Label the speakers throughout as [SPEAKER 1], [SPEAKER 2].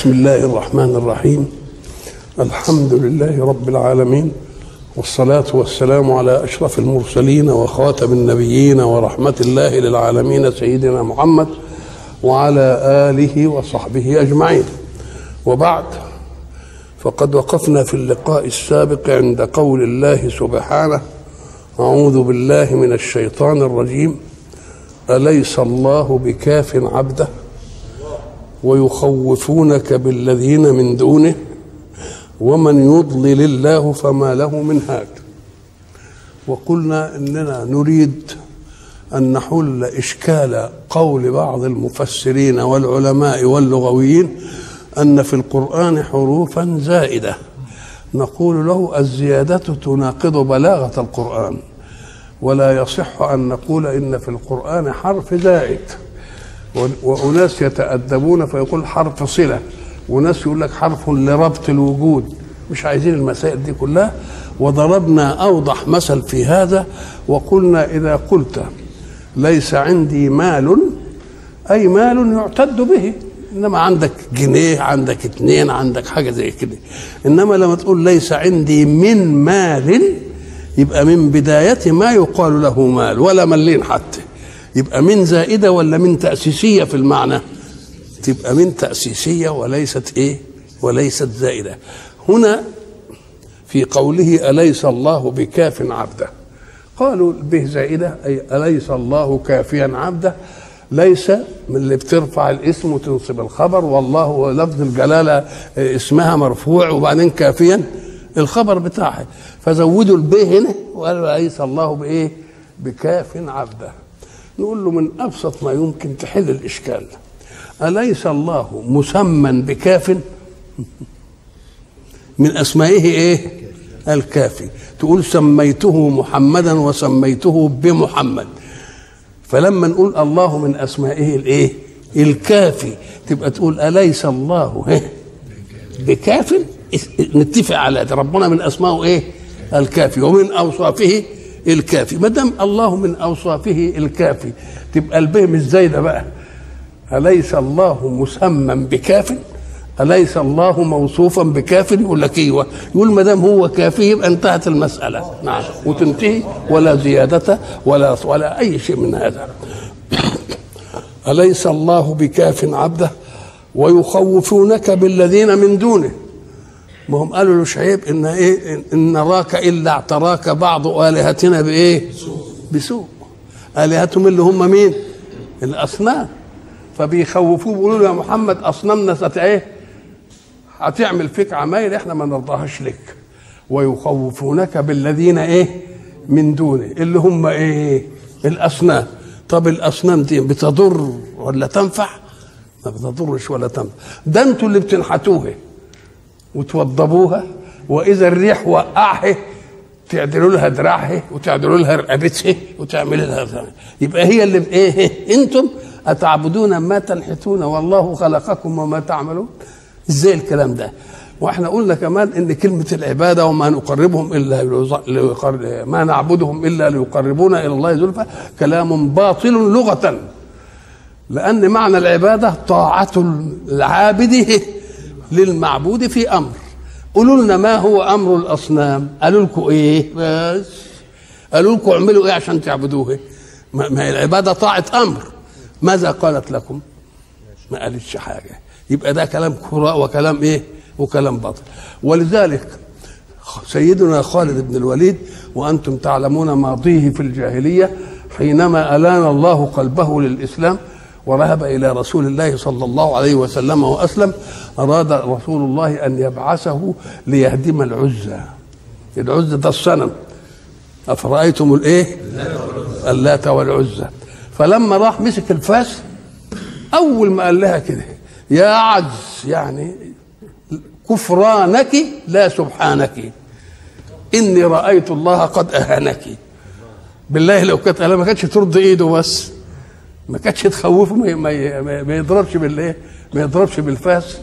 [SPEAKER 1] بسم الله الرحمن الرحيم. الحمد لله رب العالمين، والصلاة والسلام على أشرف المرسلين وخاتم النبيين ورحمة الله للعالمين سيدنا محمد وعلى آله وصحبه أجمعين. وبعد، فقد وقفنا في اللقاء السابق عند قول الله سبحانه: أعوذ بالله من الشيطان الرجيم، أليس الله بكاف عبده ويخوفونك بالذين من دونه ومن يضلل الله فما له من هاد. وقلنا إننا نريد أن نحل إشكال قول بعض المفسرين والعلماء واللغويين أن في القرآن حروفا زائدة، نقول له الزيادة تناقض بلاغة القرآن، ولا يصح أن نقول إن في القرآن حرف زائد. وأناس يتأدبون فيقول حرف صلة، وناس يقول لك حرف لربط الوجود. مش عايزين المسائل دي كلها. وضربنا أوضح مثل في هذا وقلنا: إذا قلت ليس عندي مال، أي مال يعتد به، إنما عندك جنيه، عندك 2، عندك حاجة زي كده. إنما لما تقول ليس عندي من مال، يبقى من بداية ما يقال له مال، ولا ملين حتى. يبقى من زائدة ولا من تأسيسية في المعنى؟ تبقى من تأسيسية وليست إيه؟ وليست زائدة. هنا في قوله أليس الله بكاف عبده، قالوا به زائدة، أي أليس الله كافيا عبده. ليس من اللي بترفع الاسم وتنصب الخبر، والله لفظ الجلالة اسمها مرفوع وبعدين كافيا الخبر بتاعها، فزودوا البه هنا وقالوا أليس الله بإيه؟ بكاف عبده. نقول له من أبسط ما يمكن تحل الإشكال: أليس الله مسمى بكاف؟ من أسمائه إيه؟ الكافي. تقول سميته محمدا وسميته بمحمد، فلما نقول الله من أسمائه الإيه؟ الكافي، تبقى تقول أليس الله بكاف؟ نتفق على ده، ربنا من أسمائه إيه؟ الكافي، ومن أوصافه الكافي. ما دام الله من أوصافه الكافي، تبقى البه مش زايده بقى. أليس الله مسمى بكاف؟ أليس الله موصوفا بكاف؟ يقول لك ايوه. يقول ما دام هو كافي يبقى انتهت المسألة، نعم، وتنتهي، ولا زيادة ولا أي شيء من هذا. أليس الله بكاف عبده ويخوفونك بالذين من دونه. ما هم قالوا له شعيب إن إيه؟ إن نراك إلا اعتراك بعض آلهتنا بإيه؟ بسوء. آلهتهم اللي هم مين؟ الأصنام. فبيخوفوه بيقولوا له: يا محمد أصنامنا إيه؟ هتعمل فيك عمايل إحنا ما نرضاهاش لك. ويخوفونك بالذين إيه؟ من دونه، اللي هم إيه؟ الأصنام. طب الأصنام دي بتضر ولا تنفع؟ ما بتضرش ولا تنفع. ده أنتوا اللي بتنحتوها وتوضبوها، واذا الريح وقعها تعدلوا لها دراعها وتعدلوا لها رقبتها وتعملوا لها. يبقى هي اللي بايه؟ انتم اتعبدون ما تنحتون والله خلقكم وما تعملون. ازاي الكلام ده؟ واحنا قلنا كمان ان كلمه العباده وما نقربهم الا ما نعبدهم الا ليقربونا الى الله زلفى كلام باطل لغه، لان معنى العباده طاعه العابد للمعبود في امر. قولوا لنا ما هو امر الاصنام؟ قالوا لكم ايه؟ بس قالوا لكم اعملوا ايه عشان تعبدوه. ما هي العباده طاعه امر. ماذا قالت لكم؟ ما قالتش حاجه. يبقى ده كلام كراء وكلام ايه؟ وكلام باطل. ولذلك سيدنا خالد بن الوليد وانتم تعلمون ماضيه في الجاهليه، حينما الان الله قلبه للاسلام ورهب إلى رسول الله صلى الله عليه وسلم وأسلم، أراد رسول الله أن يبعثه ليهدم العزى. العزى ده الصنم، أفرأيتم الإيه؟ اللات والعزى. فلما راح مسك الفاس، أول ما قال لها كده: يا عجز، يعني كفرانك لا سبحانك، إني رأيت الله قد أهانك. بالله لو كانت ما كانتش ترد إيده، بس ما كانتش تخوفه ما يضربش بالايه؟ ما يضربش بالفاس.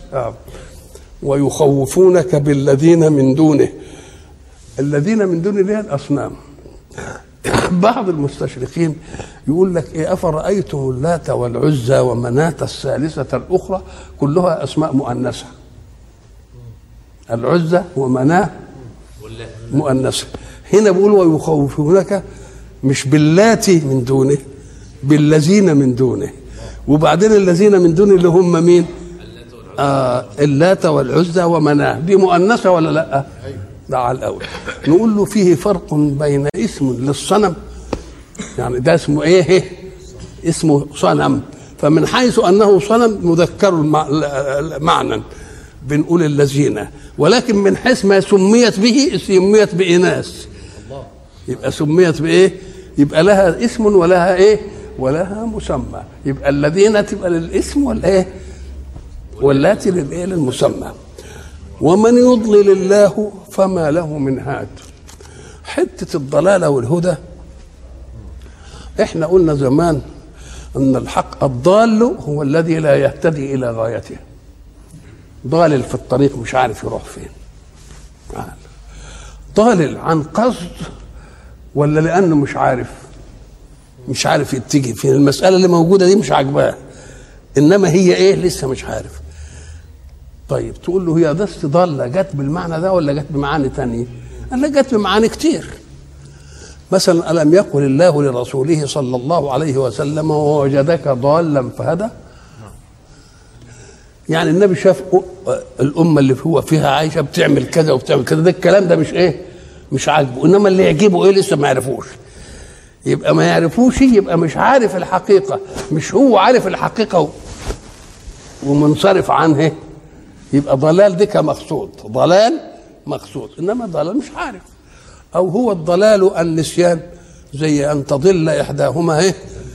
[SPEAKER 1] ويخوفونك بالذين من دونه. الذين من دونه اللي هي الاصنام. بعض المستشرقين يقول لك ايه، افرايتم اللات والعزى ومناة الثالثه الاخرى كلها اسماء مؤنثه. العزى ومناة مؤنثه. هنا بيقول ويخوفونك مش باللات من دونه، بالذين من دونه. وبعدين الذين من دونه اللي هم مين؟ اللات والعزى ومناة. دي مؤنثه ولا لا؟ ده على الاول. نقول له فيه فرق بين اسم للصنم، يعني ده اسمه ايه؟ اسمه صنم، فمن حيث انه صنم مذكر معنى بنقول الذين، ولكن من حيث ما سميت به سميت بإناث، يبقى سميت بايه؟ يبقى لها اسم ولها ايه؟ ولها مسمى. يبقى الذين تبقى للاسم والايه؟ واللاتي للايه؟ للمسمى. ومن يضلل الله فما له من هاد. حته الضلاله والهدى، احنا قلنا زمان ان الحق الضال هو الذي لا يهتدي الى غايته، ضالل في الطريق مش عارف يروح فين، ضالل عن قصد ولا لانه مش عارف يتجه فين. المساله اللي موجوده دي مش عاجباه، انما هي ايه؟ لسه مش عارف. طيب تقول له هي بس ضاله جت بالمعنى ده ولا جت بمعاني تانية؟ قال لك جت بمعاني كتير. مثلا ألم يقل الله لرسوله صلى الله عليه وسلم ووجدك ضالا فهدى؟ يعني النبي شاف الأمة اللي هو فيها عايشة بتعمل كذا وبتعمل كذا، ده الكلام ده مش ايه؟ مش عاجبه. انما اللي يعجبه ايه؟ لسه ما يعرفوش. يبقى ما يعرفوش، يبقى مش عارف الحقيقة. مش هو عارف الحقيقة ومنصرف عنه، يبقى ضلال دي كمقصود، ضلال مقصود، انما ضلال مش عارف. او هو الضلال النسيان، زي ان تضل احداهما ايه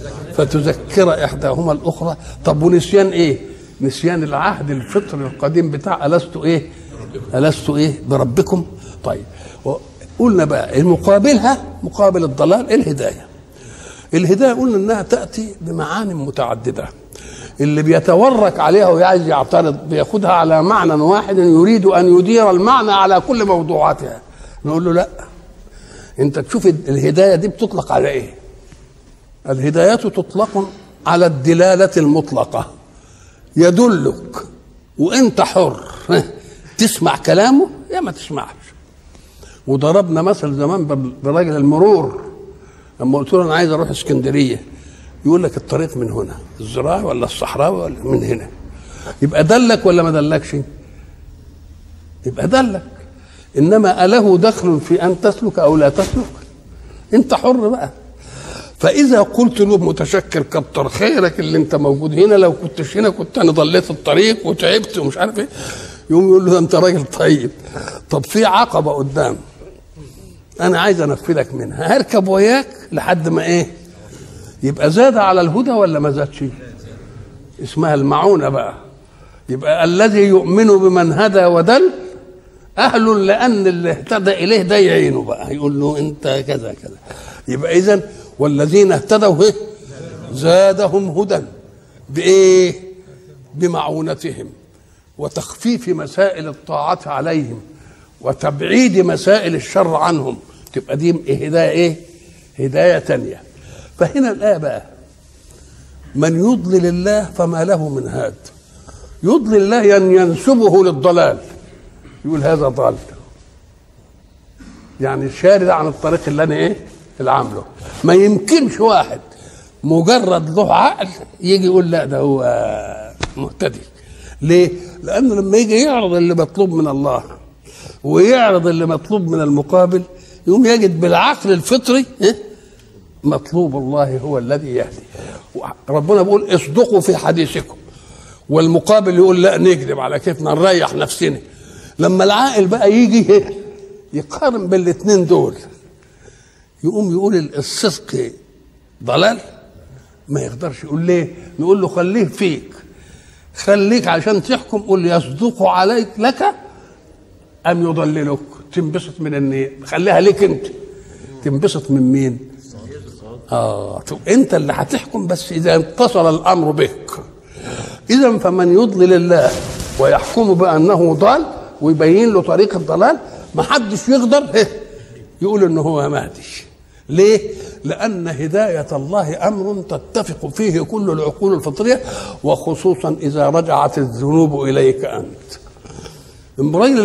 [SPEAKER 1] فتذكر احداهما الاخرى. طب ونسيان ايه؟ نسيان العهد الفطري القديم بتاع الست ايه بربكم. طيب قلنا بقى المقابلها، مقابل الضلال الهدايه. الهدايه قلنا انها تاتي بمعاني متعدده. اللي بيتورك عليها وعايز يعترض بياخدها على معنى واحد، يريد ان يدير المعنى على كل موضوعاتها. نقول له لا، انت تشوف الهدايه دي بتطلق على ايه؟ الهدايه تطلق على الدلاله المطلقه، يدلك وانت حر تسمع كلامه يا ما تسمعش. وضربنا مثل زمان براجل المرور، لما قلت له انا عايز اروح اسكندريه، يقول لك الطريق من هنا، الزراعي ولا الصحراوي ولا من هنا. يبقى دلك ولا ما دلكش؟ يبقى دلك. انما اله دخل في ان تسلك او لا تسلك؟ انت حر بقى. فاذا قلت له متشكر كتر خيرك اللي انت موجود هنا، لو كنتش هنا كنت انا ضليت الطريق وتعبت ومش عارف ايه، يقوم يقول له انت راجل طيب. طب في عقبه قدام انا عايز انفذك منها، هركب وياك لحد ما ايه؟ يبقى زاد على الهدى ولا ما زادش؟ اسمها المعونه بقى. يبقى الذي يؤمن بمن هدى ودل اهل، لان اللي اهتدى اليه ده يعينه بقى، يقول له انت كذا كذا. يبقى اذا والذين اهتدوا زادهم هدى بايه؟ بمعونتهم وتخفيف مسائل الطاعه عليهم وتبعيد مسائل الشر عنهم. تبقى دي هدايه ايه؟ هدايه تانيه. فهنا الآية بقى من يضلل الله فما له من هاد. يضلل الله ينسبه للضلال، يقول هذا ضال، يعني شارد عن الطريق اللي انا ايه اللي عامله. ما يمكنش واحد مجرد له عقل يجي يقول لا ده هو مهتدي. ليه؟ لانه لما يجي يعرض اللي مطلوب من الله ويعرض اللي مطلوب من المقابل، يقوم يجد بالعقل الفطري مطلوب الله هو الذي يهدي. ربنا بيقول اصدقوا في حديثكم، والمقابل يقول لا نكذب على كيفنا نريح نفسنا. لما العاقل بقى يجي يقارن بين الاثنين دول، يقوم يقول الصدق ضلال، ما يقدرش. يقول ليه؟ نقول له خليه فيك، خليك عشان تحكم. قول يصدق عليك لك ام يضللك، تنبسط من النية. خليها ليك انت، تنبسط من مين؟ انت اللي هتحكم، بس اذا اتصل الامر بك. اذا فمن يضلل الله ويحكم بانه ضال ويبين له طريق الضلال، ما حدش يقدر يقول انه هو مهدي، ليه؟ لأن هداية الله أمر تتفق فيه كل العقول الفطرية، وخصوصا إذا رجعت الذنوب إليك أنت. امرين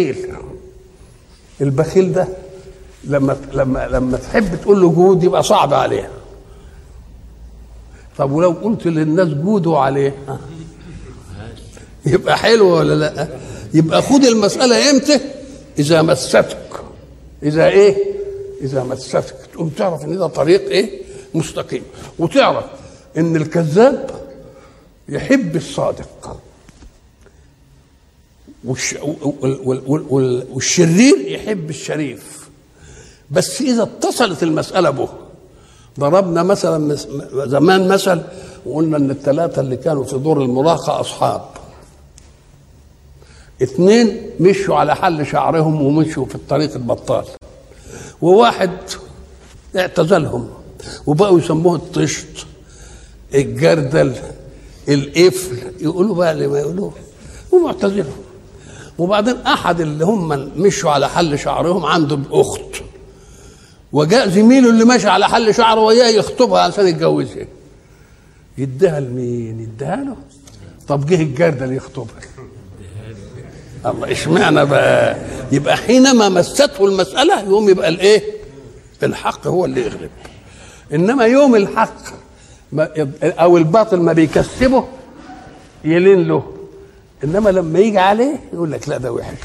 [SPEAKER 1] البخيل ده لما تحب تقول له جود يبقى صعب عليه. طب ولو قلت للناس جودوا عليه يبقى حلو ولا لا؟ يبقى خد المسألة امتى؟ إذا مستك. إذا مستك تقوم تعرف إن ده طريق مستقيم، وتعرف إن الكذاب يحب الصادق، والشرير يحب الشريف. بس إذا اتصلت المسألة به، ضربنا مثلا زمان مثل وقلنا إن الثلاثة اللي كانوا في دور المراهقة أصحاب، 2 مشوا على حل شعرهم ومشوا في الطريق البطال، وواحد اعتزلهم وبقوا يسموه الطشت، الجردل، القفل، يقولوا بقى اللي ما يقولوه، ومعتزلهم. وبعدين احد اللي هم مشوا على حل شعرهم عنده اخت، وجاء زميله اللي ماشي على حل شعره وياه يخطبها عشان يتجوزها، يديها لمين؟ يديها له. طب جه الجردل يخطبها، الله اشمعنى بقى؟ يبقى حينما مسته المسألة يوم يبقى الحق هو اللي يغلب. انما يوم الحق او الباطل ما بيكسبه يلين له، انما لما يجي عليه يقول لك لا ده وحش.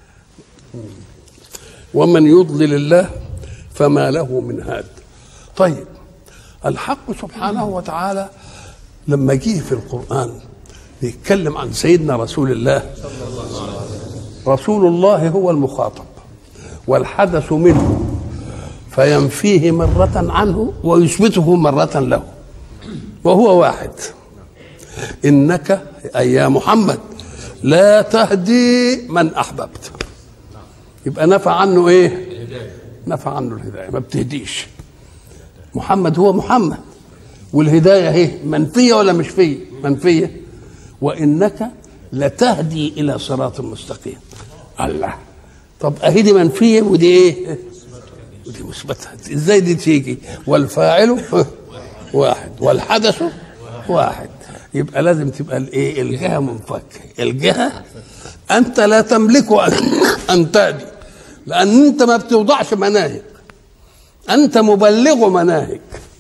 [SPEAKER 1] ومن يضلل الله فما له من هاد. طيب الحق سبحانه وتعالى لما جه في القرآن يتكلم عن سيدنا رسول الله، رسول الله هو المخاطب والحدث منه، فينفيه مرة عنه ويثبته مرة له، وهو واحد. إنك أي يا محمد لا تهدي من أحببت. يبقى نفى عنه نفى عنه الهداية، ما بتهديش. محمد هو محمد، والهداية منفية ولا مش فيه؟ منفية. وإنك لتهدي إلى صراط مستقيم. الله، طب أهدي منفية ودي ودي مثبتة، إزاي دي تيجي؟ والفاعل واحد والحدث واحد. يبقى لازم تبقى الجهة منفكة. الجهة أنت لا تملك أن تهدي، لأن أنت ما بتوضعش مناهج، أنت مبلغ مناهج،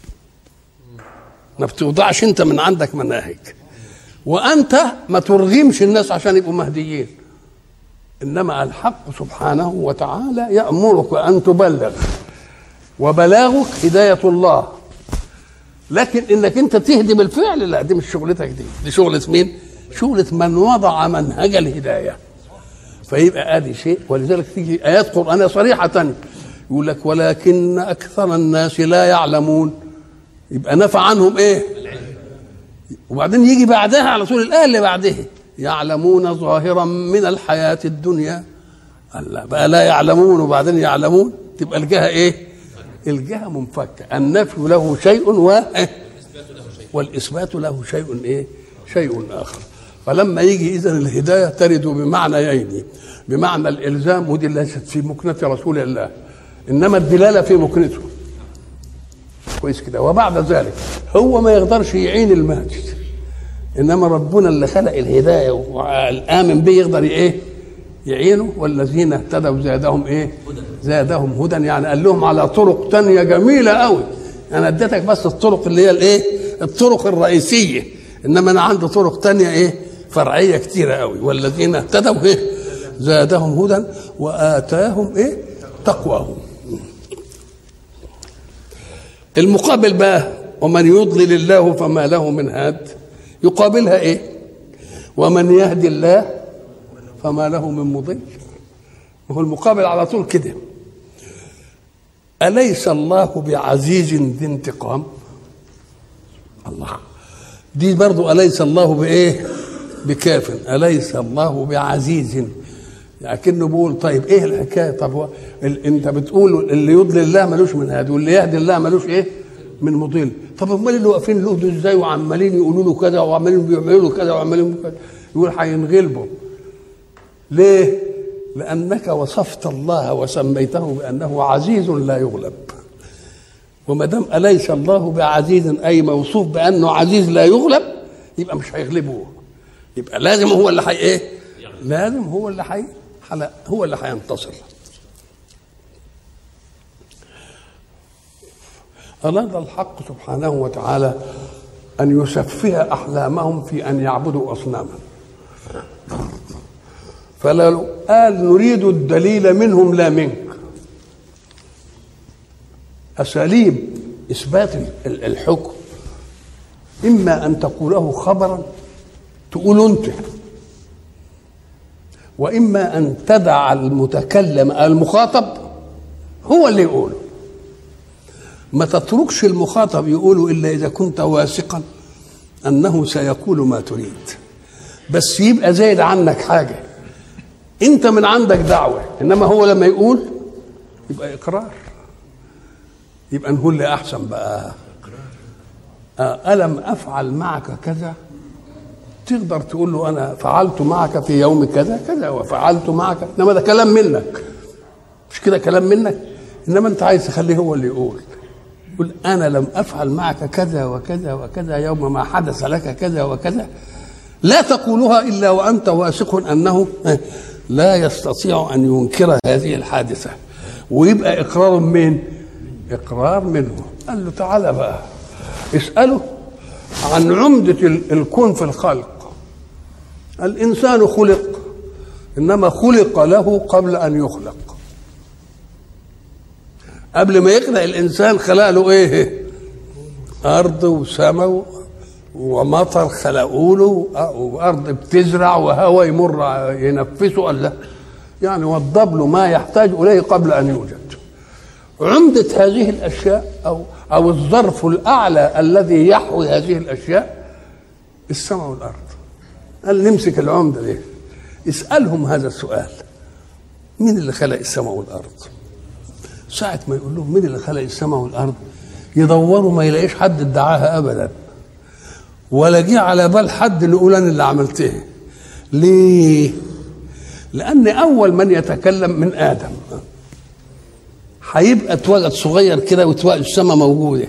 [SPEAKER 1] ما بتوضعش أنت من عندك مناهج، وأنت ما ترغمش الناس عشان يبقوا مهديين. إنما الحق سبحانه وتعالى يأمرك أن تبلغ، وبلاغك هداية الله. لكن إنك أنت تهدي بالفعل لا، دي مش شغلتك، دي شغلة مين؟ شغلة من وضع منهج الهداية. فيبقى ادي شيء. ولذلك تيجي ايات قرانيه صريحه تانية يقول لك ولكن اكثر الناس لا يعلمون. يبقى نفى عنهم وبعدين يجي بعدها على طول الايه اللي بعدها يعلمون ظاهرا من الحياه الدنيا. الله بقى لا يعلمون وبعدين يعلمون، تبقى الجهه الجهه منفكه. النفي له شيء والاثبات له شيء شيء اخر. فلما يجي اذن الهدايه ترد بمعنيين، بمعنى الالزام ودي ليست في مكنه رسول الله، انما الدلاله في مكنته. كويس كده. وبعد ذلك هو ما يقدرش يعين الماجد، انما ربنا اللي خلق الهدايه والامن به يقدر يعينه. والذين اهتدوا زادهم زادهم هدى. يعني قال لهم على طرق تانية جميله قوي. انا اديتك بس الطرق اللي هي الطرق الرئيسيه، انما انا عندي طرق تانية فرعيه كتيره قوي. والذين اهتدوا زادهم هدى واتاهم تقواهم. المقابل بقى ومن يضلل الله فما له من هاد، يقابلها ومن يهدي الله فما له من مضل. وهو المقابل على طول كده. أليس الله بعزيز ذي انتقام؟ الله دي برضو أليس الله بكاف. أليس الله بعزيز، لكنه بيقول طيب الحكايه؟ طب انت بتقول اللي يضلل الله ملوش من هادي واللي يهدي الله ملوش من مضل. طب امال اللي واقفين له دول ازاي وعمالين يقولوا له كذا وعمالين بيعملوا له كذا وعمالين كذا؟ يقول هينغلبوا. ليه؟ لانك وصفت الله وسميته بانه عزيز لا يغلب. وما دام أليس الله بعزيز أي موصوف بأنه عزيز لا يغلب، يبقى مش هيغلبه، يبقى لازم هو اللي ايه؟ لازم هو اللي هينتصر. أراد الحق سبحانه وتعالى أن يسفه أحلامهم في أن يعبدوا أصناما، فلو قال نريد الدليل منهم لا منك. أساليب إثبات الحكم إما أن تقوله خبرا تقول أنت، وإما أن تدع المتكلم المخاطب هو اللي يقوله. ما تتركش المخاطب يقوله إلا إذا كنت واثقا أنه سيقول ما تريد، بس يبقى زايد عنك حاجة، أنت من عندك دعوة، إنما هو لما يقول يبقى إقرار، يبقى نقول لي أحسن بقى ألم أفعل معك كذا، تقدر تقول له أنا فعلت معك في يوم كذا كذا وفعلت معك، إنما ده كلام منك، مش كده كلام منك، إنما أنت عايز تخليه هو اللي يقول أنا لم أفعل معك كذا وكذا وكذا يوم ما حدث لك كذا وكذا. لا تقولها إلا وأنت واثق أنه لا يستطيع أن ينكر هذه الحادثة، ويبقى إقرار من إقرار منه. قال له تعالى بقى اسأله عن عمدة الكون في الخلق. الإنسان خلق، إنما خلق له قبل أن يخلق. قبل ما يخلق الإنسان خلق له إيه؟ أرض وسماء ومطر خلقوا له، وأرض بتزرع وهواء يمر ينفسه، الله يعني وضب له ما يحتاج إليه قبل أن يوجد. عمدة هذه الأشياء أو الظرف الأعلى الذي يحوي هذه الأشياء السماء والأرض. قال نمسك العمدة دي، اسألهم هذا السؤال، مين اللي خلق السماء والأرض؟ ساعة ما يقول لهم مين اللي خلق السماء والأرض يدوروا ما يلاقيش حد ادعاها أبدا، ولا جه على بال حد اللي يقول أنا اللي عملته. ليه؟ لأن أول من يتكلم من آدم هيبقى اتولد صغير كده وتوقع السماء موجودة،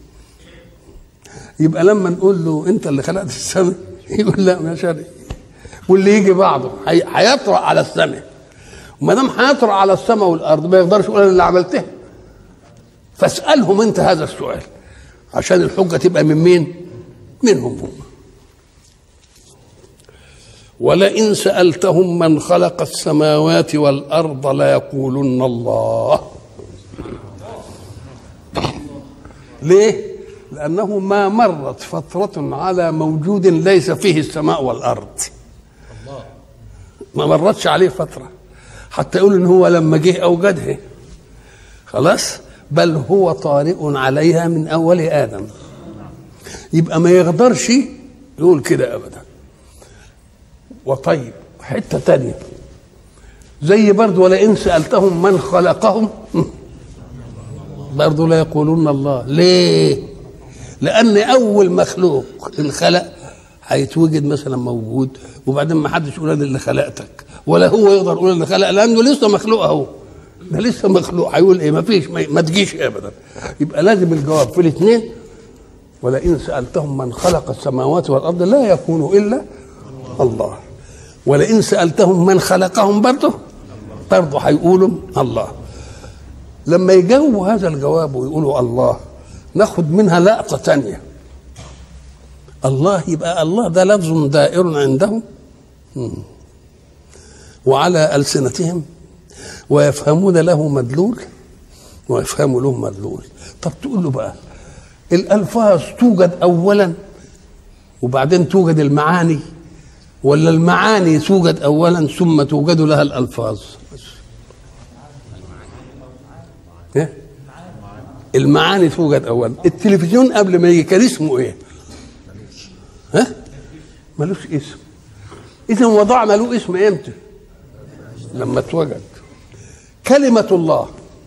[SPEAKER 1] يبقى لما نقول له أنت اللي خلقت السماء يقول لا ما شري، واللي يجي بعده هيطرأ على السماء، وما دام هيطرأ على السماء والأرض ما يقدرش يقول أنا اللي عملته. فاسألهم أنت هذا السؤال عشان الحجة تبقى من مين؟ منهم هم. ولئن سألتهم من خلق السماوات والأرض ليقولن الله. ليه؟ لأنه ما مرت فترة على موجود ليس فيه السماء والأرض، ما مرتش عليه فترة حتى يقول إن هو لما جه أوجدها خلاص، بل هو طارئ عليها من أول آدم. يبقى ما يقدرش يقول كده أبدا. وطيب حتة تانية زي برضو ولئن سألتهم من خلقهم برضو لا يقولون الله. ليه؟ لأن أول مخلوق الخلق هيتوجد مثلا موجود، وبعدين ما حدش يقول أنا اللي خلقتك، ولا هو يقدر يقول اللي خلق، لأنه لسه مخلوق أهو، ده لسه مخلوق، هيقول إيه؟ ما فيش، ما تجيش أبدا. يبقى لازم الجواب في الاثنين. ولئن سألتهم من خلق السماوات والأرض لا يكون إلا الله. ولئن سألتهم من خلقهم برضه هيقولوا الله. لما يجاوبوا هذا الجواب ويقولوا الله، ناخد منها لقطة تانية. الله يبقى الله ده لفظ دائر عندهم وعلى ألسنتهم، ويفهمون له مدلول ويفهموا له مدلول. طب تقول له بقى الألفاظ توجد أولا وبعدين توجد المعاني، ولا المعاني توجد أولا ثم توجد لها الألفاظ؟ المعاني توجد أولا. التلفزيون قبل ما يجي كان اسمه إيه؟ ملوش اسم. إذا وضعنا له اسم إمتى؟ لما اتوجد. كلمة الله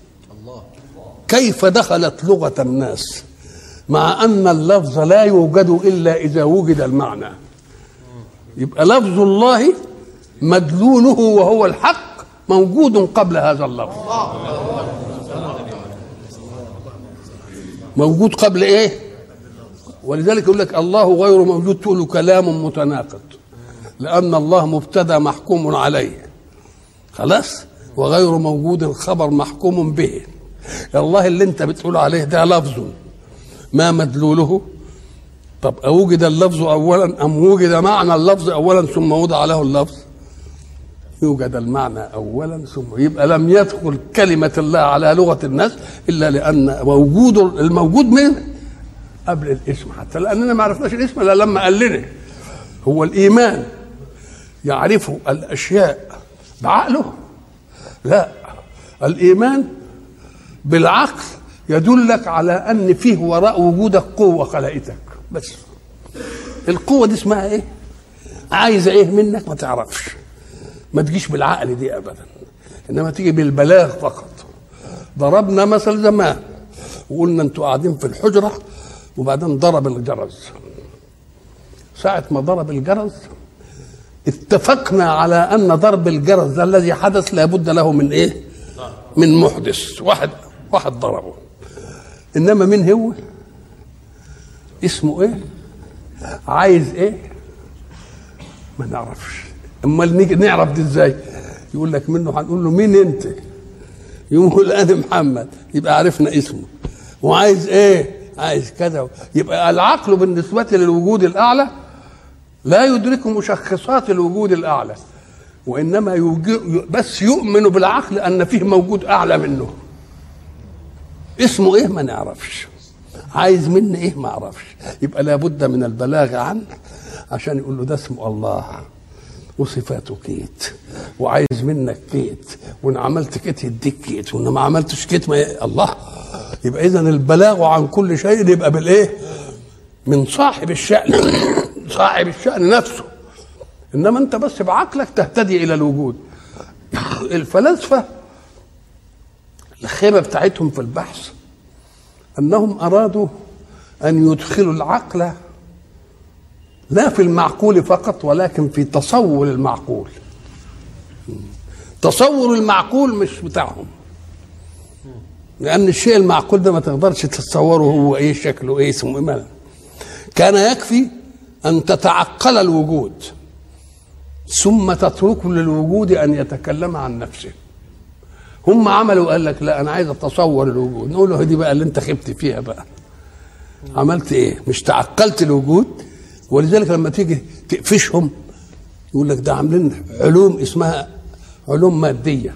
[SPEAKER 1] كيف دخلت لغة الناس مع أن اللفظ لا يوجد إلا إذا وجد المعنى؟ يبقى لفظ الله مدلوله وهو الحق موجود قبل هذا اللفظ. موجود قبل ايه؟ ولذلك يقول لك الله غير موجود، تقول له كلام متناقض، لأن الله مبتدأ محكوم عليه خلاص، وغير موجود الخبر محكوم به. الله اللي انت بتقول عليه ده لفظ ما مدلوله. طب أوجد اللفظ أولا أم وجد معنى اللفظ أولا ثم وضع له اللفظ؟ يوجد المعنى أولا ثم، يبقى لم يدخل كلمة الله على لغة الناس إلا لأن الموجود منه قبل الاسم، حتى لأننا ما عرفناش الاسم إلا لما قال لنا. هو الإيمان يعرف الأشياء بعقله؟ لا، الإيمان بالعقل يدلك على أن فيه وراء وجودك قوة خلقتك، بس القوة دي اسمها إيه؟ عايزة إيه منك ما تعرفش، ما تجيش بالعقل دي أبدا، إنما تيجي بالبلاغ فقط. ضربنا مثل زمان وقلنا أنتوا قاعدين في الحجرة وبعدين ضرب الجرس. ساعة ما ضرب الجرس اتفقنا على أن ضرب الجرس ده الذي حدث لابد له من إيه؟ من محدث، واحد ضربه. إنما من هو؟ اسمه إيه؟ عايز إيه؟ ما نعرفش. امال نيجي نعرف دي ازاي؟ يقول لك منه، هنقول له مين انت؟ يقول انا محمد، يبقى عرفنا اسمه. وعايز ايه؟ عايز كذا. يبقى العقل بالنسبه للوجود الاعلى لا يدرك مشخصات الوجود الاعلى، وانما بس يؤمن بالعقل ان فيه موجود اعلى منه. اسمه ايه؟ ما نعرفش. عايز منه ايه؟ ما اعرفش. يبقى لابد من البلاغ عنه عشان يقول له ده اسمه الله وصفاته كيت، وعايز منك كيت، وان عملت كيت يديك كيت، وان ما عملتش كيت ما الله. يبقى اذا البلاغ عن كل شيء يبقى بالايه؟ من صاحب الشأن صاحب الشأن نفسه. انما انت بس بعقلك تهتدي الى الوجود. الفلاسفه الخيبه بتاعتهم في البحث انهم ارادوا ان يدخلوا العقل لا في المعقول فقط ولكن في تصور المعقول. تصور المعقول مش بتاعهم، لأن الشيء المعقول ده ما تقدرش تتصوره هو ايه شكله ايه اسمه ايه. كان يكفي أن تتعقل الوجود ثم تترك للوجود أن يتكلم عن نفسه. هم عملوا قال لك لا أنا عايز أتصور الوجود، نقول له دي بقى اللي أنت خبت فيها بقى. عملت إيه؟ مش تعقلت الوجود. ولذلك لما تيجي تقفشهم يقول لك ده عاملين علوم اسمها علوم مادية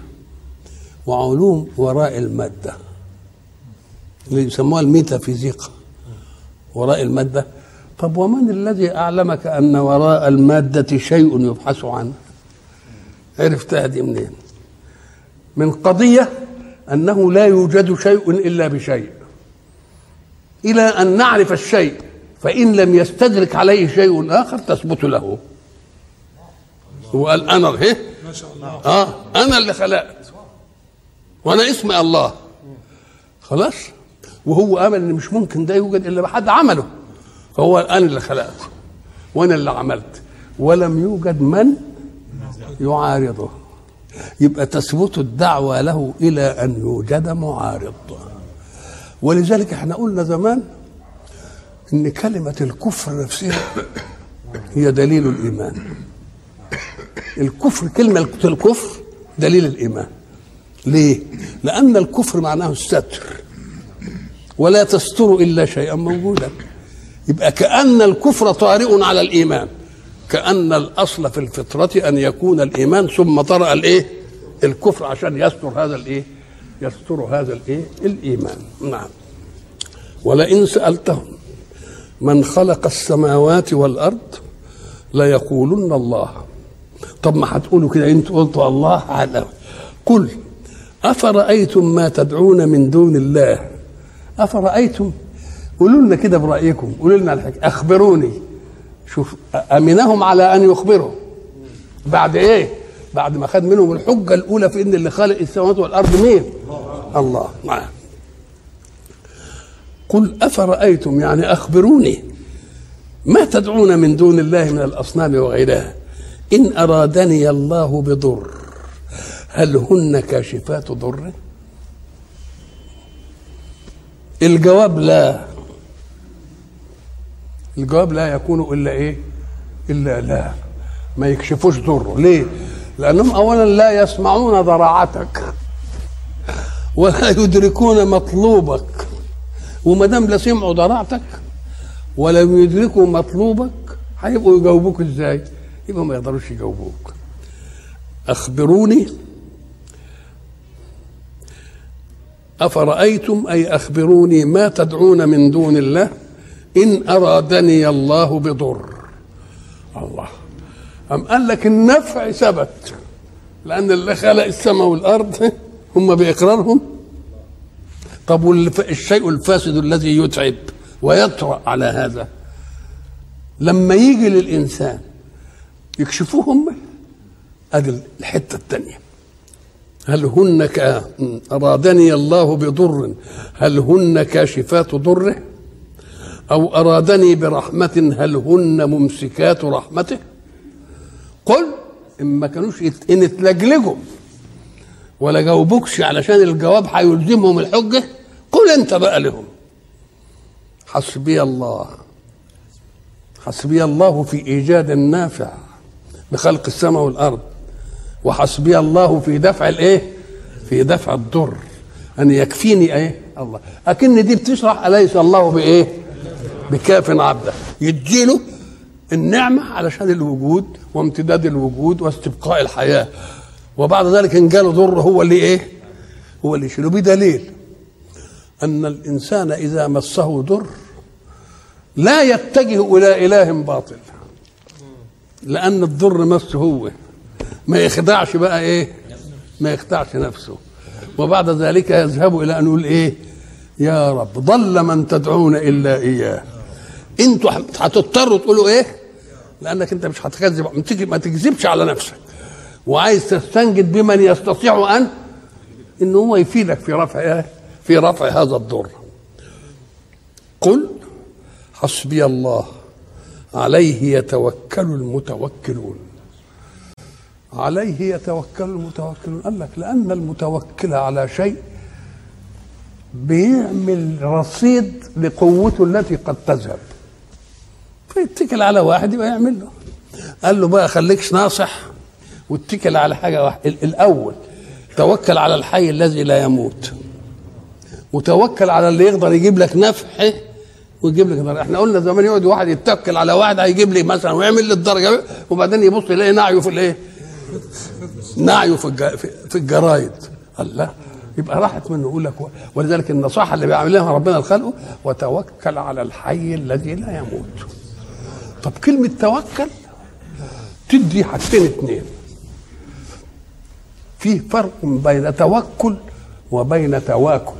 [SPEAKER 1] وعلوم وراء المادة اللي يسموها الميتافيزيقا، وراء المادة. طب ومن الذي أعلمك أن وراء المادة شيء يبحث عنه؟ عرفتها دي منين؟ من قضية أنه لا يوجد شيء إلا بشيء، إلى أن نعرف الشيء فإن لم يستدرك عليه شيء آخر تثبت له. هو قال أنا ما شاء الله أنا اللي خلقت وأنا اسمي الله خلاص، وهو آمن إن مش ممكن ده يوجد إلا بحد عمله، فهو أنا اللي خلقت وأنا اللي عملت ولم يوجد من يعارضه. يبقى تثبت الدعوة له إلى أن يوجد معارض. ولذلك احنا قلنا زمان إن كلمة الكفر نفسها هي دليل الإيمان. الكفر، كلمة الكفر دليل الإيمان. ليه؟ لأن الكفر معناه الستر، ولا تستر إلا شيئا موجودا. يبقى كأن الكفر طارئ على الإيمان، كأن الأصل في الفطرة أن يكون الإيمان ثم طرأ الإيه؟ الكفر عشان يستر هذا الإيه؟ يستر هذا الإيه؟ الإيمان. نعم. ولئن سألتهم من خلق السماوات والأرض ليقولن الله. طب ما هتقولوا كده انتوا قلتوا الله على. قل أفرأيتم ما تدعون من دون الله. أفرأيتم، قولوا لنا كده برأيكم، قولوا لنا الحكاية، أخبروني. شوف أمنهم على أن يخبروا بعد إيه؟ بعد ما خد منهم الحجة الأولى في إن اللي خالق السماوات والأرض مين؟ الله. معاه. قل أفرأيتم يعني أخبروني ما تدعون من دون الله من الأصنام وغيرها إن أرادني الله بضر هل هن كاشفات ضره؟ الجواب لا. الجواب لا يكون الا ايه؟ الا لا. ما يكشفوش ضره. ليه؟ لانهم اولا لا يسمعون ضراعتك ولا يدركون مطلوبك، وما دام لا سمعوا ضراعتك ولا يدركوا مطلوبك هيبقوا يجاوبوك ازاي؟ يبقوا ما يقدروش يجاوبوك. اخبروني افرايتم اي اخبروني ما تدعون من دون الله ان ارادني الله بضر. الله أم قال لك النفع ثبت، لأن اللي خلق السماء والأرض هم بإقرارهم. طب والشيء الفاسد الذي يتعب ويطرأ على هذا لما يجي للإنسان يكشفوه هم. أدي الحتة الثانية. هل هن أرادني الله بضر هل هن كاشفات ضره أو أرادني برحمة هل هن ممسكات رحمته؟ قل إن ما كانوش إن اتلجلجوا ولا جاوبوكش علشان الجواب هيلزمهم الحجة، قل أنت بقى لهم حسبي الله. حسبي الله في إيجاد النافع بخلق السماء والأرض، وحسبي الله في دفع الإيه؟ في دفع الضر. أن يكفيني إيه؟ الله. أكن دي بتشرح أليس الله بإيه؟ بكاف عبده. يديله النعمة علشان الوجود وامتداد الوجود واستبقاء الحياة، وبعد ذلك إن جاله ضر هو اللي إيه؟ هو اللي يشيله. بدليل أن الإنسان إذا مسه ضر لا يتجه إلى إله باطل، لأن الضر مسه هو، ما يخدعش بقى إيه؟ ما يخدعش نفسه. وبعد ذلك يذهب إلى أن يقول إيه؟ يا رب ضل من تدعون إلا إياه. انتوا هتضطروا تقولوا ايه؟ لانك انت مش هتكذب، ما تكذبش على نفسك، وعايز تستنجد بمن يستطيع ان هو يفيدك في رفع هذا الضر. قل حسبي الله عليه يتوكل المتوكلون. عليه يتوكل المتوكلون. قال لك لان المتوكل على شيء بيعمل رصيد لقوته التي قد تذهب، فيتكل على واحد يبقى يعمل له. قال له بقى خليكش ناصح واتكل على حاجه واحده. الاول توكل على الحي الذي لا يموت، وتوكل على اللي يقدر يجيب لك نفع ويجيب لك ضرر. احنا قلنا زمان يقعد واحد يتكل على واحد هيجيب لي مثلا ويعمل لي الدرجه، وبعدين يبص يلاقي نعيه في الايه؟ نعيه في الجرايد. الله، يبقى راحت منه. يقول لك ولذلك النصيحه اللي بيعملها ربنا لخلقه وتوكل على الحي الذي لا يموت. طب كلمه توكل تدي حاجتين اتنين. في فرق بين توكل وبين تواكل.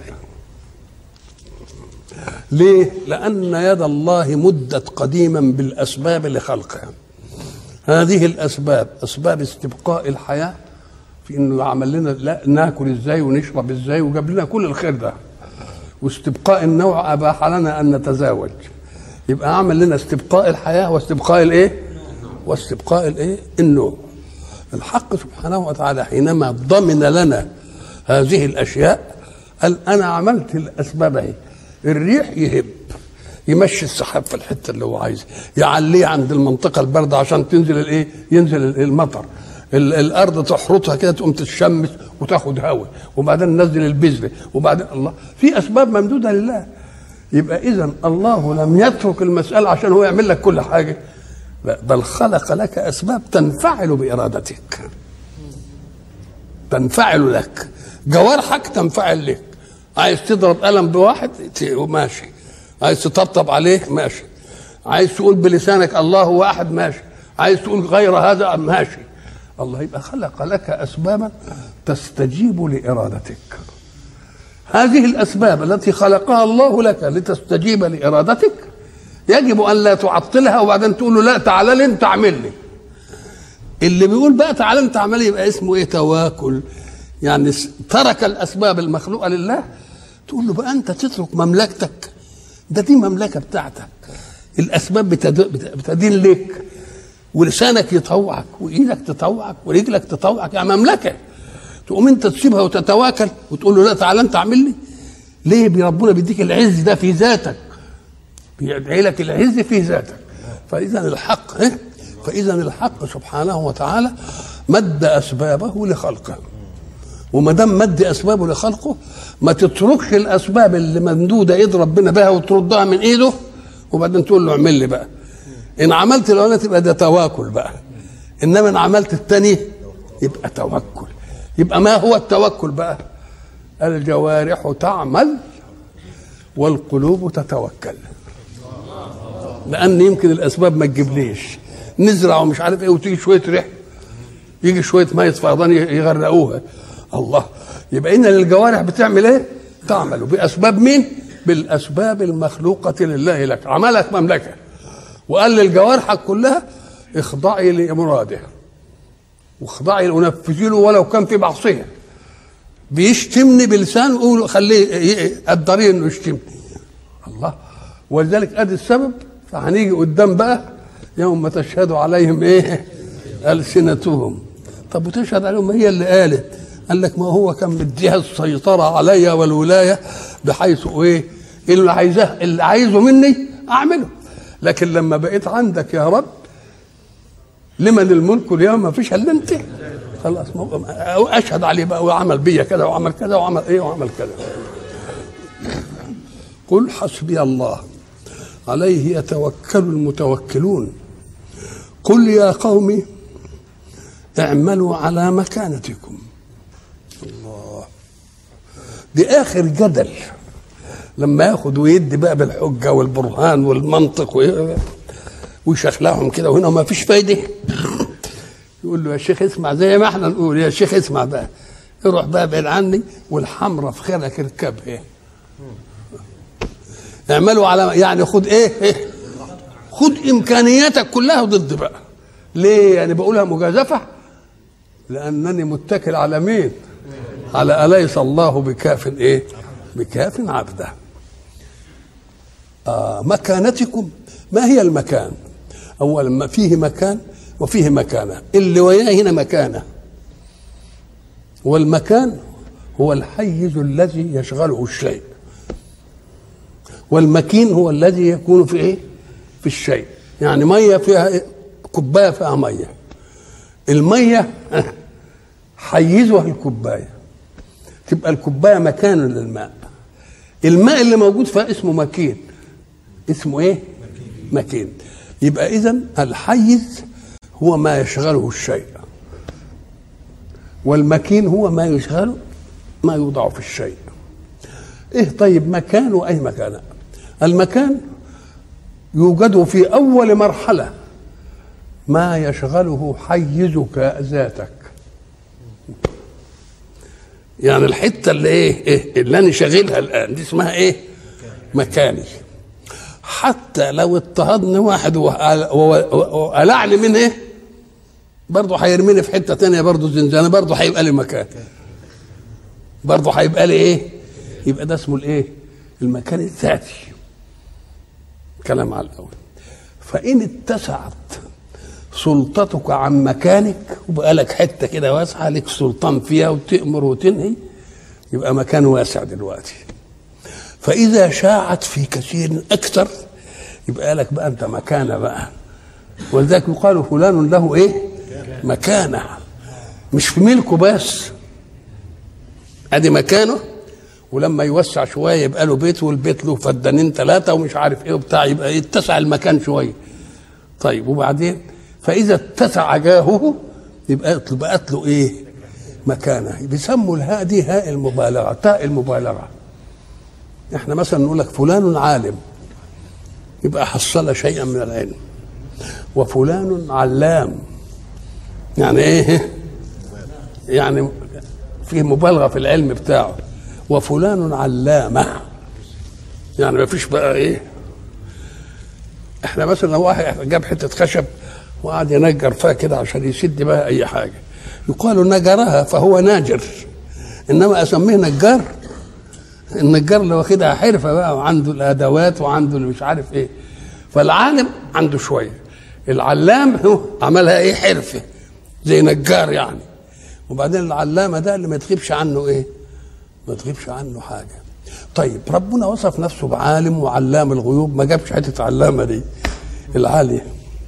[SPEAKER 1] ليه؟ لأن يد الله مدت قديما بالأسباب لخلقها. هذه الأسباب أسباب استبقاء الحياة، في إنه عمل لنا لا ناكل إزاي ونشرب إزاي وجاب لنا كل الخير ده، واستبقاء النوع أباح لنا أن نتزاوج. يبقى عمل لنا استبقاء الحياة واستبقاء الإيه؟ واستبقاء الإيه؟ النوع. الحق سبحانه وتعالى حينما ضمن لنا هذه الأشياء قال أنا عملت الأسباب اهي. الريح يهب يمشي السحاب في الحته اللي هو عايزها، يعليه عند المنطقه البارده عشان تنزل الايه؟ ينزل المطر. الارض تحرطها كده تقوم تتشمس وتاخد هواء، وبعدين ننزل البذره، وبعدين الله في اسباب ممدوده لله. يبقى اذا الله لم يترك المساله عشان هو يعمل لك كل حاجه، بل خلق لك اسباب تنفعل بارادتك، تنفعل لك. جوارحك تنفعل لك. عايز تضرب قلم بواحد ماشي، عايز تطبطب عليه ماشي، عايز تقول بلسانك الله هو احد ماشي، عايز تقول غير هذا ماشي. الله يبقى خلق لك اسبابا تستجيب لارادتك. هذه الاسباب التي خلقها الله لك لتستجيب لارادتك يجب ان لا تعطلها وبعدين تقول له لا تعالى لي انت اعمل لي. اللي بيقول بقى تعالى انت اعمل لي يبقى اسمه ايه؟ تواكل. يعني ترك الاسباب المخلوقه لله، تقول له بقى انت تترك مملكتك، ده دي مملكه بتاعتك، الاسباب بتدين لك، ولسانك يطوعك وايدك تطوعك ورجلك تطوعك، يعني مملكه. تقوم انت تسيبها وتتواكل وتقول له لا تعالى انت اعمل لي؟ ليه؟ ربنا بيديك العز ده في ذاتك، بيدعي لك العز في ذاتك. فإذا الحق سبحانه وتعالى مد أسبابه لخلقه، وما دام مد أسبابه لخلقه ما تتركش الأسباب اللي ممدودة إيد ربنا بها وتردها من إيده وبعدين تقول له اعمل لي بقى. إن عملت الأولى تبقى ده تواكل بقى، إنما إن عملت الثاني يبقى توكل. يبقى ما هو التوكل بقى؟ الجوارح تعمل والقلوب تتوكل. لأن يمكن الأسباب ما تجيبليش، نزرع ومش عارف إيه وتيجي شوية ريح، يجي شوية مية فيضان يغرقوها. الله، يبقى إن الجوارح بتعمل إيه؟ تعمل بأسباب مين؟ بالأسباب المخلوقة لله لك. عملك مملكة وقال للجوارحك كلها اخضعي لمراده واخضعي ونفذي له ولو كان في معصية. بيشتمني بلسان قول خليه قدريه انه يشتمني. الله، ولذلك ادي السبب. فهنيجي قدام بقى يوم تشهد عليهم ايه؟ ألسنتهم. طب وتشهد عليهم هي اللي قالت؟ قال لك ما هو كان مديها السيطرة عليا والولاية بحيث ايه؟ اللي عايزه مني اعمله. لكن لما بقيت عندك يا رب لمن الملك اليوم ما فيش الا انت، خلاص اشهد عليه بقى وعمل بيا كذا وعمل كذا وعمل ايه وعمل كذا. قل حسبي الله عليه يتوكل المتوكلون. قل يا قوم اعملوا على مكانتكم. الله، دي اخر جدل لما ياخد ويدي بقى بالحجه والبرهان والمنطق ويشخلعهم كده وهنا ما فيش فايده. يقول له يا شيخ اسمع، زي ما احنا نقول يا شيخ اسمع بقى، يروح بقى بعيد عني والحمرة في خيرك اركبها. اعملوا على يعني خد ايه؟ خد امكانياتك كلها ضد بقى. ليه؟ يعني بقولها مجازفة؟ لأنني متكل على مين؟ على أليس الله بكاف ايه؟ بكاف عبده. مكانتكم. ما هي المكان؟ أولا ما فيه مكان وفيه مكانة. اللي وياه هنا مكانة، والمكان هو الحيز الذي يشغله الشيء، والمكين هو الذي يكون في ايه؟ في الشيء. يعني ميه فيها إيه؟ كوبايه فيها ميه، الميه حيزها الكوبايه، تبقى الكوبايه مكان للماء. الماء اللي موجود فيها اسمه مكين. اسمه ايه؟ مكين. يبقى اذن الحيز هو ما يشغله الشيء، والمكين هو ما يشغله ما يوضع في الشيء. ايه طيب مكان واي مكان؟ المكان يوجد في اول مرحله ما يشغله حيزك ذاتك. يعني الحته اللي ايه اللي انا شاغلها الان دي اسمها ايه؟ مكاني. حتى لو اضطهدني واحد وقلعني من ايه برضه هيرميني في حته ثانيه برضه زنزانه، برضه هيبقى لي مكان، برضه هيبقى لي ايه؟ يبقى ده اسمه الايه؟ المكان الذاتي. كلام على الاول. فان اتسعت سلطتك عن مكانك وبقى لك حته كده واسعه لك سلطان فيها وتأمر وتنهي، يبقى مكان واسع دلوقتي. فاذا شاعت في كثير اكثر يبقى لك بقى انت مكانه بقى. ولذلك يقال فلان له ايه؟ مكانه، مش في ملكه بس، ادي مكانه. ولما يوسع شويه يبقى له بيت، والبيت له فدانين ثلاثه ومش عارف ايه وبتاع، يبقى يتسع المكان شويه. طيب وبعدين فاذا اتسع جاهه يبقى بقت له ايه؟ مكانه. بيسموا الهاء دي هاء المبالغه، تاء المبالغه. احنا مثلا نقول لك فلان عالم، يبقى حصل شيئا من العلم. وفلان علام، يعني ايه؟ يعني فيه مبالغه في العلم بتاعه. وفلان علامه، يعني ما فيش بقى ايه. احنا مثلا لو واحد جاب حته خشب وقعد ينجر فيها كده عشان يسد بها اي حاجه، يقال نجرها فهو ناجر. انما اسميه نجار؟ النجار اللي واخدها حرفه بقى وعنده الادوات وعنده اللي مش عارف ايه. فالعالم عنده شويه، العلام هو عملها ايه؟ حرفه زي نجار يعني. وبعدين العلامه ده اللي ما تغيبش عنه ايه؟ ما تغيبش عنه حاجه. طيب ربنا وصف نفسه بعالم وعلام الغيوب، ما جابش حته علامه دي العاليه.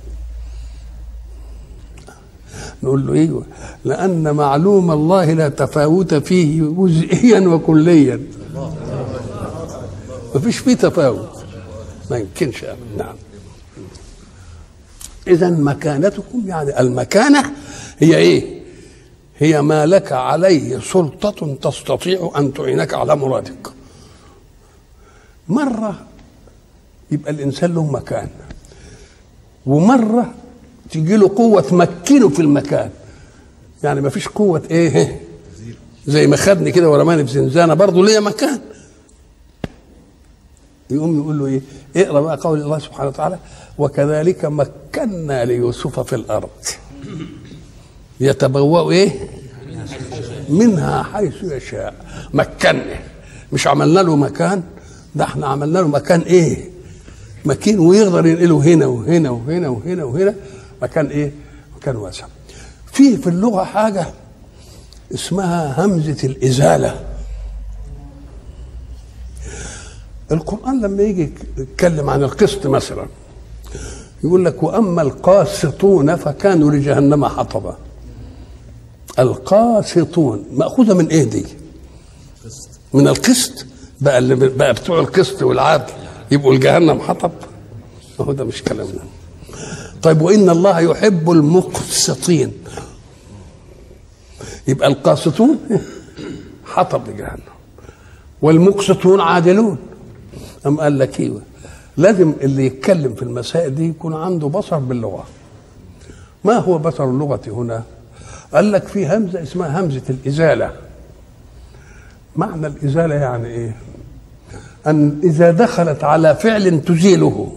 [SPEAKER 1] نقول له ايوه، لان معلوم الله لا تفاوت فيه جزئيا وكليا، ما فيش فيه تفاوت، ما يمكنش. نعم. اذا مكانتكم يعني المكانه هي ايه؟ هي ما لك عليه سلطه تستطيع ان تعينك على مرادك. مره يبقى الانسان له مكان، ومره تجي له قوه تمكنه في المكان. يعني ما فيش قوه ايه زي ما خدني كده ورماني في زنزانه، برضه ليا مكان. يقوم يقول له ايه؟ اقرا بقى قول الله سبحانه وتعالى: وكذلك مكنا ليوسف في الارض يتبوأ ايه منها حيث يشاء. مكنا، مش عملنا له مكان، ده احنا عملنا له مكان ايه؟ مكين، ويقدر ينقله هنا وهنا وهنا وهنا وهنا، مكان ايه؟ مكان واسع. في اللغه حاجه اسمها همزه الازاله. القرآن لما يجي يتكلم عن القسط مثلا يقول لك: وأما القاسطون فكانوا لجهنم حطبا. القاسطون مأخوذة من إيه دي؟ من القسط بقى، اللي بقى بتوع القسط والعدل يبقوا الجهنم حطب. هو ده مش كلامنا. طيب وإن الله يحب المقسطين، يبقى القاسطون حطب لجهنم والمقسطون عادلون. أم قال لك ايوه، لازم اللي يتكلم في المسائل دي يكون عنده بصر باللغه. ما هو بصر اللغه هنا؟ قال لك في همزه اسمها همزه الازاله. معنى الازاله يعني ايه؟ ان اذا دخلت على فعل تزيله.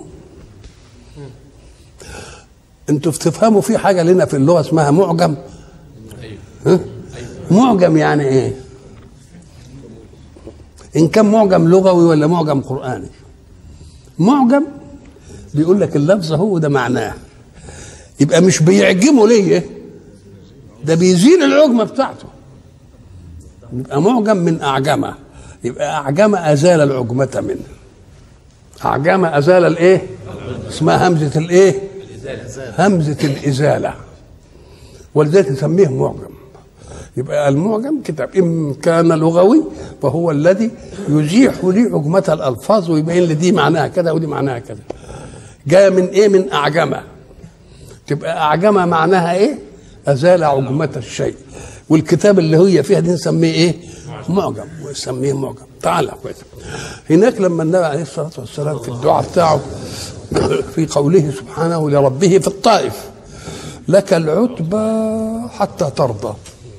[SPEAKER 1] انتوا تفهموا في حاجه لنا في اللغه اسمها معجم. ها؟ معجم يعني ايه؟ إن كان معجم لغوي ولا معجم قرآني. معجم بيقول لك اللفظ هو ده معناه، يبقى مش بيعجمه ليه، ده بيزيل العجمة بتاعته. يبقى معجم من أعجمة، يبقى أعجم أزال العجمة منه. أعجم أزال الإيه؟ اسمها همزة الإيه؟ همزة الإزالة، ولذلك نسميه معجم. يبقى المعجم كتاب إن كان لغوي فهو الذي يزيح لي عجمة الألفاظ ويبين لي دي معناها كذا ودي معناها كذا. جاء من إيه؟ من أعجمة. تبقى أعجمة معناها إيه؟ أزال عجمة الشيء. والكتاب اللي هي فيها دي نسميه إيه؟ معجم، ونسميه معجم. تعالى كويس. هناك لما النبي عليه الصلاة والسلام في الدعاء بتاعه في قوله سبحانه لربه في الطائف: لك العتبى حتى ترضى.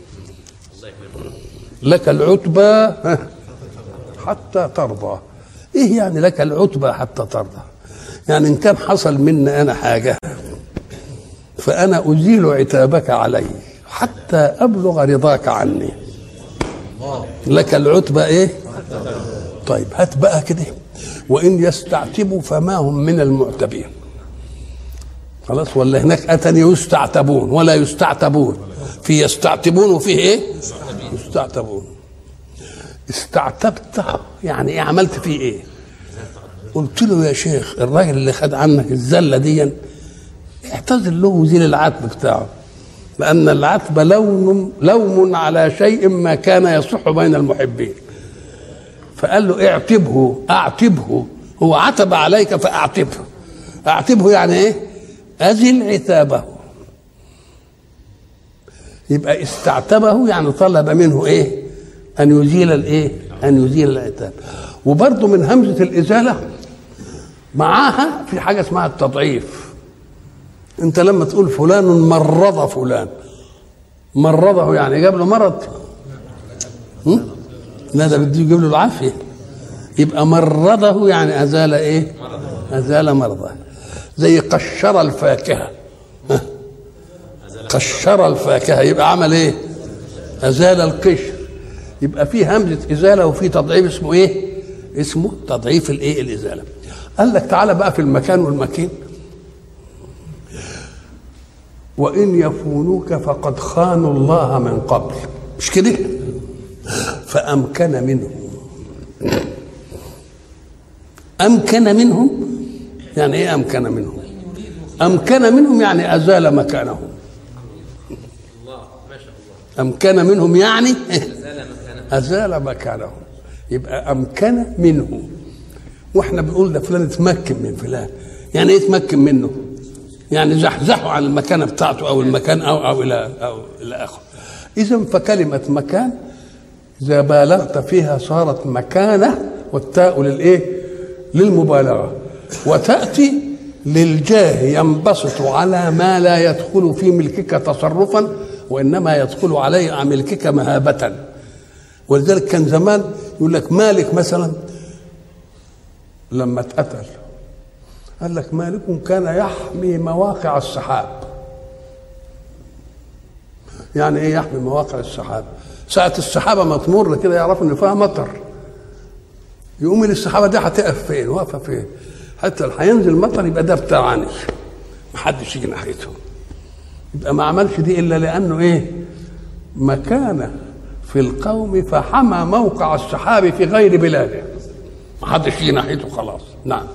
[SPEAKER 1] لك العتبى حتى ترضى. ايه يعني لك العتبى حتى ترضى؟ يعني ان كان حصل مني انا حاجه فانا ازيل عتابك علي حتى ابلغ رضاك عني. لك العتبى ايه؟ طيب هات بقى كده: وان يستعتبوا فما هم من المعتبين. خلاص؟ ولا هناك اتني يستعتبون ولا يستعتبون؟ في يستعتبون وفيه ايه؟ يستعتبون. استعتبت يعني ايه؟ عملت فيه ايه؟ قلت له: يا شيخ الراجل اللي خد عنك الزله دي اعتذر له وزيل العتب بتاعه، لان العتب لوم على شيء ما كان يصح بين المحبين. فقال له: اعتبه، هو عتب عليك فاعتبه. اعتبه يعني ايه؟ ازل عتابه. يبقى استعتبه يعني طلب منه ايه؟ ان يزيل الايه؟ ان يزيل العتاب. وبرضه من همزه الازاله معاها في حاجه اسمها التضعيف. انت لما تقول فلان مرض فلان، مرضه يعني جاب له مرض، لا ده بده يجيب له العافيه. يبقى مرضه يعني ازال ايه؟ ازال مرضه. زي قشر الفاكهه، قشر الفاكهه يبقى عمل ايه؟ ازال القشر. يبقى في همزه ازاله وفي تضعيف اسمه ايه؟ اسمه تضعيف الايه؟ الازاله. قال لك تعالى بقى في المكان والمكين: وان يفونوك فقد خانوا الله من قبل. مش كده؟ فامكن منهم. أمكن منهم يعني إيه أمكن منهم؟ أمكن منهم يعني أزال مكانهم. أمكن منهم يعني أزال مكانهم. يبقى أمكن منه. وإحنا بنقول ده فلان اتمكن من فلان. يعني إيه اتمكن منه؟ يعني زحزحوا عن المكانة بتاعته أو المكان أو إلى آخره. إذن فكلمة مكان إذا بالغت فيها صارت مكانة، والتاء للإيه؟ للمبالغة. وتأتي للجاه ينبسط على ما لا يدخل في ملكك تصرفا، وإنما يدخل عليه ملكك مهابة. ولذلك كان زمان يقول لك مالك مثلا لما اتقتل قال لك مالك كان يحمي مواقع السحاب. يعني ايه يحمي مواقع السحاب؟ ساعة السحابة ما تمر كده يعرفوا ان فيها مطر، يقوم السحابة دي هتقف فين؟ واقفة فين؟ حتى هينزل مطر يبقى ده بتاعاني محدش يجي ناحيته. يبقى ما عملش دي الا لانه ايه؟ مكانه في القوم فحمى موقع السحاب في غير بلاده، محدش يجي ناحيته خلاص. نعم.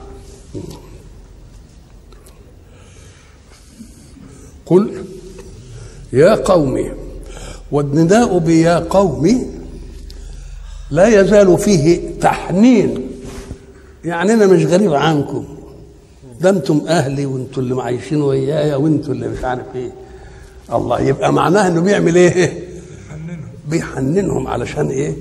[SPEAKER 1] قل يا قومي، والنداء بيا قومي لا يزال فيه تحنين، يعني انا مش غريب عنكم، ده انتم اهلي وانتم اللي عايشين ويايا وانتم اللي مش عارف ايه. الله، يبقى معناه انه بيعمل ايه؟ بيحننهم علشان ايه؟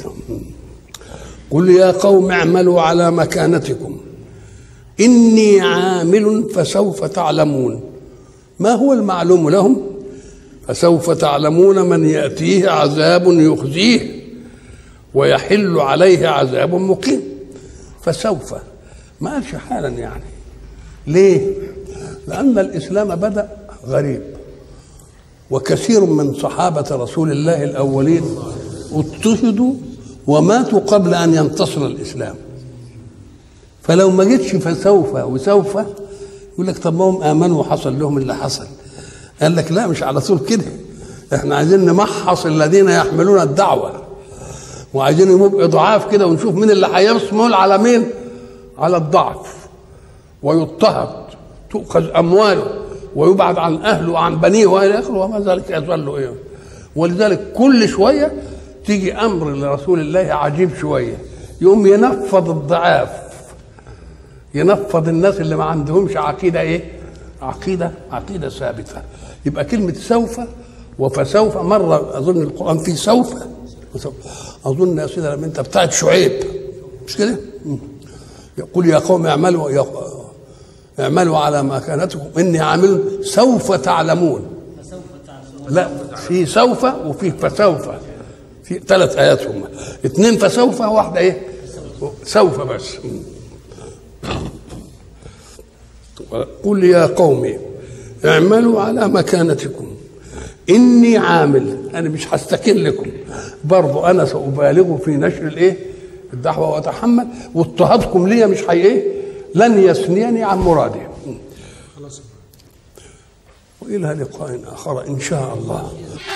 [SPEAKER 1] قل يا قوم اعملوا على مكانتكم اني عامل فسوف تعلمون. ما هو المعلوم لهم؟ فسوف تعلمون من يأتيه عذاب يخزيه ويحل عليه عذاب مقيم. فسوف ما قالش حالا يعني. ليه؟ لأن الإسلام بدأ غريب، وكثير من صحابة رسول الله الأولين اضطهدوا وماتوا قبل أن ينتصر الإسلام. فلو ما جتش فسوف وسوف يقول لك طب ما هم آمنوا وحصل لهم اللي حصل. قال لك لا، مش على طول كده، احنا عايزين نمحص الذين يحملون الدعوة، وعايزين يبقوا ضعاف كده، ونشوف مين اللي هيصمل على مين؟ على الضعف، ويضطهد، تؤخذ أمواله ويبعد عن أهله وعن بنيه وإلى آخره، وما ذلك يظل إيه. ولذلك كل شوية تيجي أمر لرسول الله عجيب شوية، يقوم ينفض الضعاف، ينفض الناس اللي ما عندهمش عقيدة إيه؟ عقيدة ثابتة. يبقى كلمة سوف وفسوف مرة أظن القرآن فيه سوف وسوف. أظن يا سيدي لما أنت بتاعت شعيب مش كده؟ يقول يا قوم اعملوا على مكانتكم إني عامل سوف تعلمون. لا، في سوف وفي فسوف، في 3 آيات هم 2 فسوف واحدة إيه؟ سوف بس. قل يا قوم اعملوا على مكانتكم إني عامل، أنا مش هستكن لكم برضو، أنا سأبالغ في نشر الإيه؟ الدعوة وأتحمل، واضطهادكم لي مش إيه؟ لن يثنيني عن مرادي. وإلى لقاء آخر إن شاء الله.